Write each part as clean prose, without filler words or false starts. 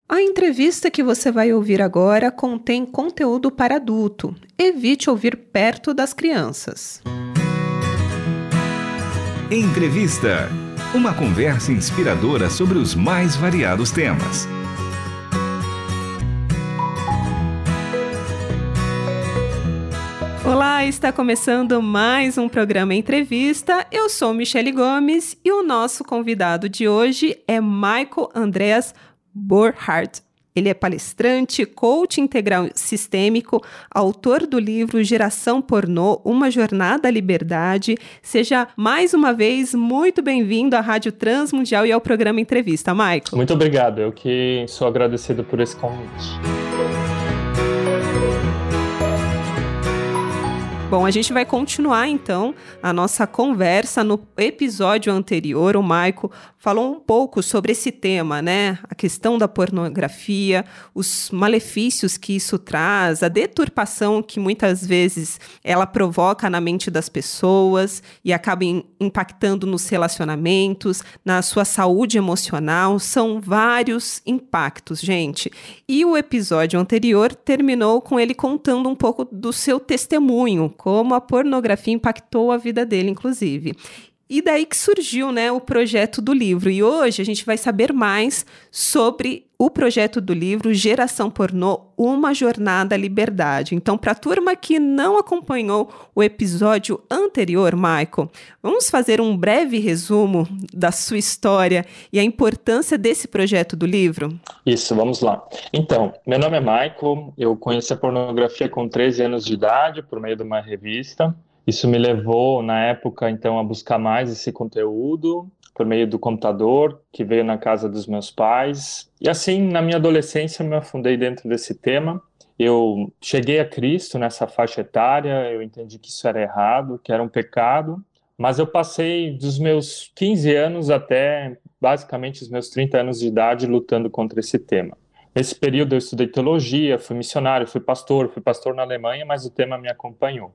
A entrevista que você vai ouvir agora contém conteúdo para adulto. Evite ouvir perto das crianças. Entrevista. Uma conversa inspiradora sobre os mais variados temas. Olá, está começando mais um programa Entrevista. Eu sou Michele Gomes e o nosso convidado de hoje é Michael Andreas Borhardt. Ele é palestrante, coach integral sistêmico, autor do livro Geração Pornô, Uma Jornada à Liberdade. Seja mais uma vez muito bem-vindo à Rádio Transmundial e ao programa Entrevista, Michael. Muito obrigado, eu que sou agradecido por esse convite. Bom, a gente vai continuar, então, a nossa conversa. No episódio anterior, o Michael falou um pouco sobre esse tema, né? A questão da pornografia, os malefícios que isso traz, a deturpação que muitas vezes ela provoca na mente das pessoas e acaba impactando nos relacionamentos, na sua saúde emocional. São vários impactos, gente. E o episódio anterior terminou com ele contando um pouco do seu testemunho, como a pornografia impactou a vida dele, inclusive. E daí que surgiu, né, o projeto do livro. E hoje a gente vai saber mais sobre o projeto do livro Geração Pornô, Uma Jornada à Liberdade. Então, para a turma que não acompanhou o episódio anterior, Michael, vamos fazer um breve resumo da sua história e a importância desse projeto do livro? Isso, vamos lá. Então, meu nome é Michael, eu conheci a pornografia com 13 anos de idade, por meio de uma revista. Isso me levou, na época, então, a buscar mais esse conteúdo por meio do computador, que veio na casa dos meus pais. E assim, na minha adolescência, eu me afundei dentro desse tema. Eu cheguei a Cristo nessa faixa etária, eu entendi que isso era errado, que era um pecado, mas eu passei dos meus 15 anos até, basicamente, os meus 30 anos de idade lutando contra esse tema. Nesse período eu estudei teologia, fui missionário, fui pastor na Alemanha, mas o tema me acompanhou.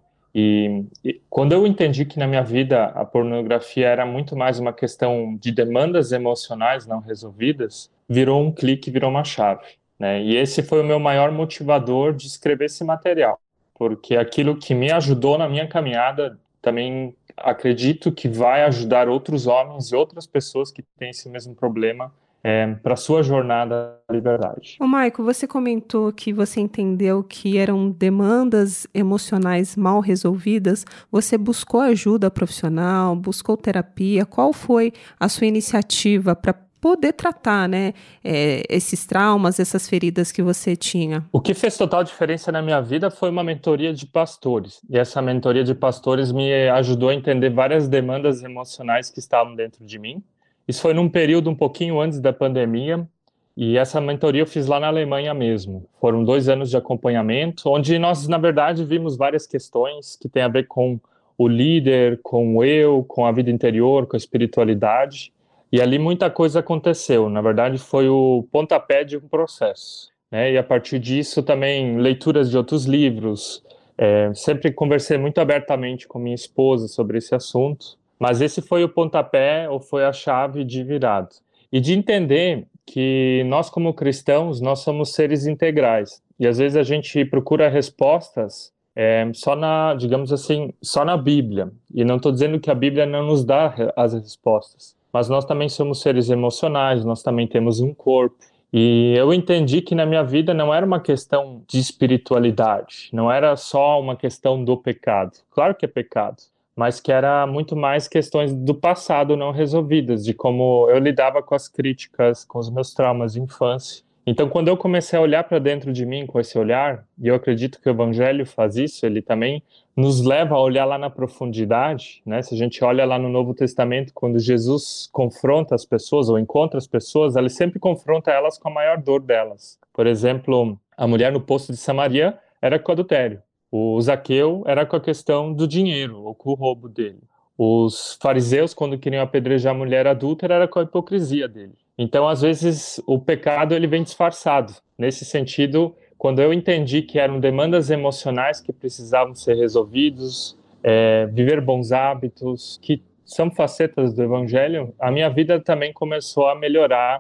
E quando eu entendi que na minha vida a pornografia era muito mais uma questão de demandas emocionais não resolvidas, virou um clique, virou uma chave, né? E esse foi o meu maior motivador de escrever esse material, porque aquilo que me ajudou na minha caminhada, também acredito que vai ajudar outros homens e outras pessoas que têm esse mesmo problema para a sua jornada à liberdade. Ô, Michael, você comentou que você entendeu que eram demandas emocionais mal resolvidas. Você buscou ajuda profissional, buscou terapia? Qual foi a sua iniciativa para poder tratar, né, esses traumas, essas feridas que você tinha? O que fez total diferença na minha vida foi uma mentoria de pastores. E essa mentoria de pastores me ajudou a entender várias demandas emocionais que estavam dentro de mim. Isso foi num período um pouquinho antes da pandemia, e essa mentoria eu fiz lá na Alemanha mesmo. Foram 2 anos de acompanhamento, onde nós, na verdade, vimos várias questões que têm a ver com o líder, com o eu, com a vida interior, com a espiritualidade. E ali muita coisa aconteceu. Na verdade, foi o pontapé de um processo, né? E a partir disso também leituras de outros livros. Sempre conversei muito abertamente com minha esposa sobre esse assunto. Mas esse foi o pontapé, ou foi a chave de virada. E de entender que nós, como cristãos, nós somos seres integrais. E às vezes a gente procura respostas só digamos assim, só na Bíblia. E não estou dizendo que a Bíblia não nos dá as respostas. Mas nós também somos seres emocionais, nós também temos um corpo. E eu entendi que na minha vida não era uma questão de espiritualidade, não era só uma questão do pecado. Claro que é pecado, mas que era muito mais questões do passado não resolvidas, de como eu lidava com as críticas, com os meus traumas de infância. Então, quando eu comecei a olhar para dentro de mim com esse olhar, e eu acredito que o Evangelho faz isso, ele também nos leva a olhar lá na profundidade, né? Se a gente olha lá no Novo Testamento, quando Jesus confronta as pessoas, ou encontra as pessoas, ele sempre confronta elas com a maior dor delas. Por exemplo, a mulher no poço de Samaria era com adultério. O Zaqueu era com a questão do dinheiro, ou com o roubo dele. Os fariseus, quando queriam apedrejar a mulher adúltera, era com a hipocrisia dele. Então, às vezes, o pecado ele vem disfarçado. Nesse sentido, quando eu entendi que eram demandas emocionais que precisavam ser resolvidos, viver bons hábitos, que são facetas do Evangelho, a minha vida também começou a melhorar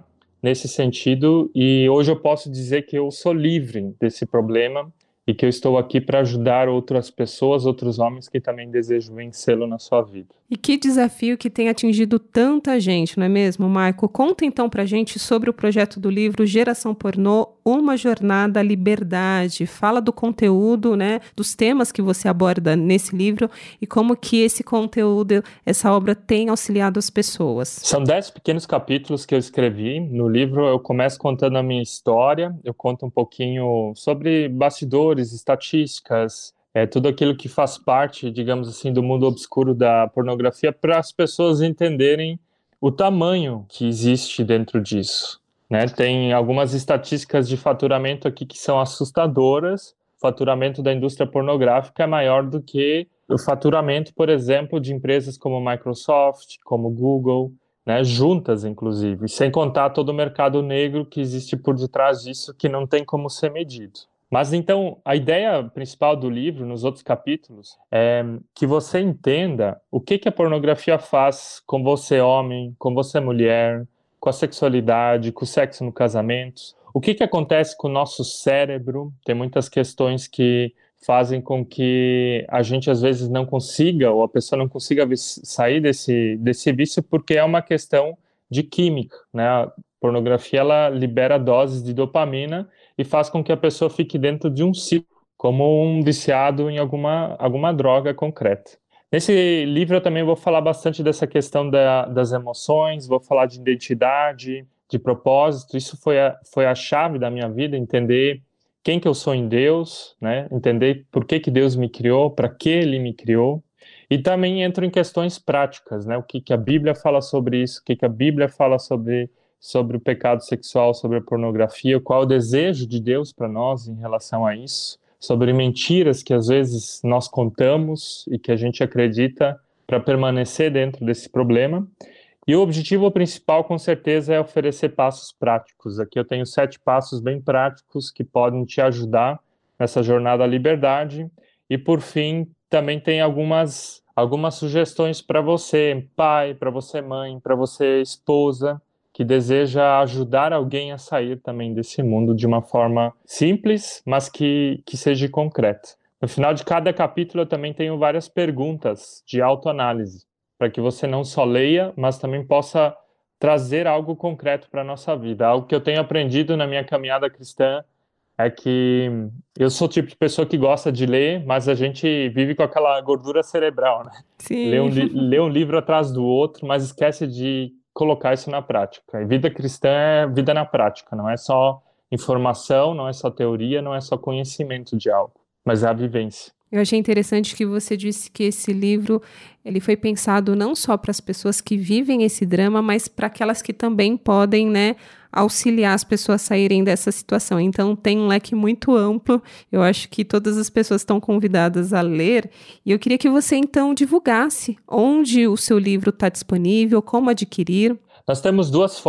nesse sentido, e hoje eu posso dizer que eu sou livre desse problema e que eu estou aqui para ajudar outras pessoas, outros homens que também desejam vencê-lo na sua vida. E que desafio que tem atingido tanta gente, não é mesmo, Maico? Conta então pra gente sobre o projeto do livro Geração Pornô, Uma Jornada à Liberdade. Fala do conteúdo, né, dos temas que você aborda nesse livro e como que esse conteúdo, essa obra tem auxiliado as pessoas. São 10 pequenos capítulos que eu escrevi. No livro eu começo contando a minha história, eu conto um pouquinho sobre bastidores, estatísticas, tudo aquilo que faz parte, digamos assim, do mundo obscuro da pornografia, para as pessoas entenderem o tamanho que existe dentro disso, né? Tem algumas estatísticas de faturamento aqui que são assustadoras. O faturamento da indústria pornográfica é maior do que o faturamento, por exemplo, de empresas como Microsoft, como Google, né? Juntas, inclusive, sem contar todo o mercado negro que existe por detrás disso, que não tem como ser medido. Mas então, a ideia principal do livro, nos outros capítulos, é que você entenda o que a pornografia faz com você homem, com você mulher, com a sexualidade, com o sexo no casamento, o que acontece com o nosso cérebro. Tem muitas questões que fazem com que a gente às vezes não consiga, ou a pessoa não consiga sair desse vício, porque é uma questão de química, né? A pornografia, ela libera doses de dopamina e faz com que a pessoa fique dentro de um ciclo, como um viciado em alguma droga concreta. Nesse livro eu também vou falar bastante dessa questão das emoções, vou falar de identidade, de propósito. Isso foi a chave da minha vida, entender quem que eu sou em Deus, né? Entender por que Deus me criou, para que Ele me criou. E também entro em questões práticas, né? O que a Bíblia fala sobre isso, o que a Bíblia fala sobre o pecado sexual, sobre a pornografia, qual é o desejo de Deus para nós em relação a isso, sobre mentiras que às vezes nós contamos e que a gente acredita para permanecer dentro desse problema. E o objetivo principal, com certeza, é oferecer passos práticos. Aqui eu tenho 7 passos bem práticos que podem te ajudar nessa jornada à liberdade. E, por fim, também tem algumas sugestões para você, pai, para você, mãe, para você, esposa, que deseja ajudar alguém a sair também desse mundo de uma forma simples, mas que seja concreta. No final de cada capítulo eu também tenho várias perguntas de autoanálise, para que você não só leia, mas também possa trazer algo concreto para a nossa vida. Algo que eu tenho aprendido na minha caminhada cristã é que eu sou o tipo de pessoa que gosta de ler, mas a gente vive com aquela gordura cerebral, né? Sim. Lê um livro atrás do outro, mas esquece de colocar isso na prática. E vida cristã é vida na prática, não é só informação, não é só teoria, não é só conhecimento de algo, mas é a vivência. Eu achei interessante que você disse que esse livro ele foi pensado não só para as pessoas que vivem esse drama, mas para aquelas que também podem, né, auxiliar as pessoas a saírem dessa situação. Então, tem um leque muito amplo. Eu acho que todas as pessoas estão convidadas a ler. E eu queria que você, então, divulgasse onde o seu livro está disponível, como adquirir. Nós temos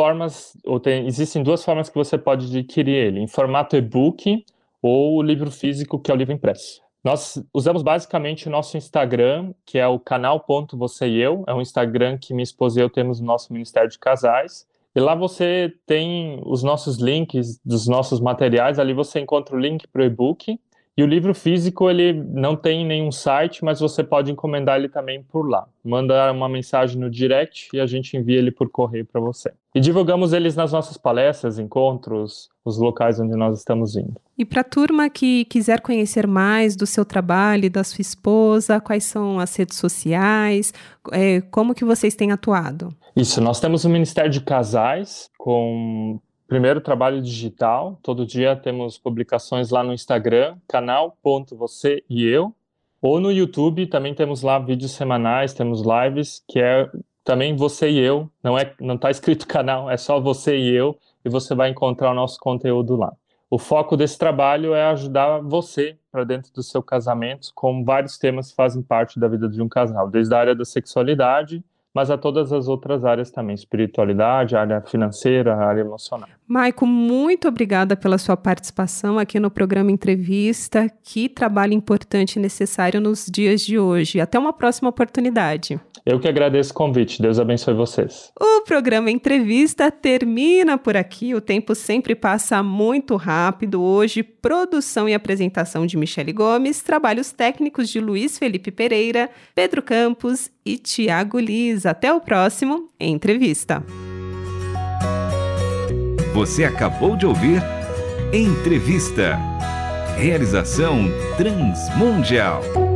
existem 2 formas que você pode adquirir ele, em formato e-book ou o livro físico, que é o livro impresso. Nós usamos basicamente o nosso Instagram, que é o canal.vocêeeu, é um Instagram que minha esposa e eu temos no nosso Ministério de Casais, e lá você tem os nossos links dos nossos materiais, ali você encontra o link para o e-book, e o livro físico ele não tem nenhum site, mas você pode encomendar ele também por lá. Manda uma mensagem no direct e a gente envia ele por correio para você. E divulgamos eles nas nossas palestras, encontros, os locais onde nós estamos indo. E para a turma que quiser conhecer mais do seu trabalho e da sua esposa, quais são as redes sociais, como que vocês têm atuado? Isso, nós temos um Ministério de Casais com primeiro trabalho digital. Todo dia temos publicações lá no Instagram, canal.vocêeeu, ou no YouTube também temos lá vídeos semanais, temos lives, que é também você e eu, não está escrito canal, é só você e eu, e você vai encontrar o nosso conteúdo lá. O foco desse trabalho é ajudar você para dentro do seu casamento, com vários temas que fazem parte da vida de um casal, desde a área da sexualidade, mas a todas as outras áreas também, espiritualidade, área financeira, área emocional. Maico, muito obrigada pela sua participação aqui no programa Entrevista. Que trabalho importante e necessário nos dias de hoje. Até uma próxima oportunidade. Eu que agradeço o convite. Deus abençoe vocês. O programa Entrevista termina por aqui. O tempo sempre passa muito rápido. Hoje, produção e apresentação de Michele Gomes, trabalhos técnicos de Luiz Felipe Pereira, Pedro Campos e Tiago Liz. Até o próximo Entrevista. Você acabou de ouvir Entrevista. Realização Transmundial.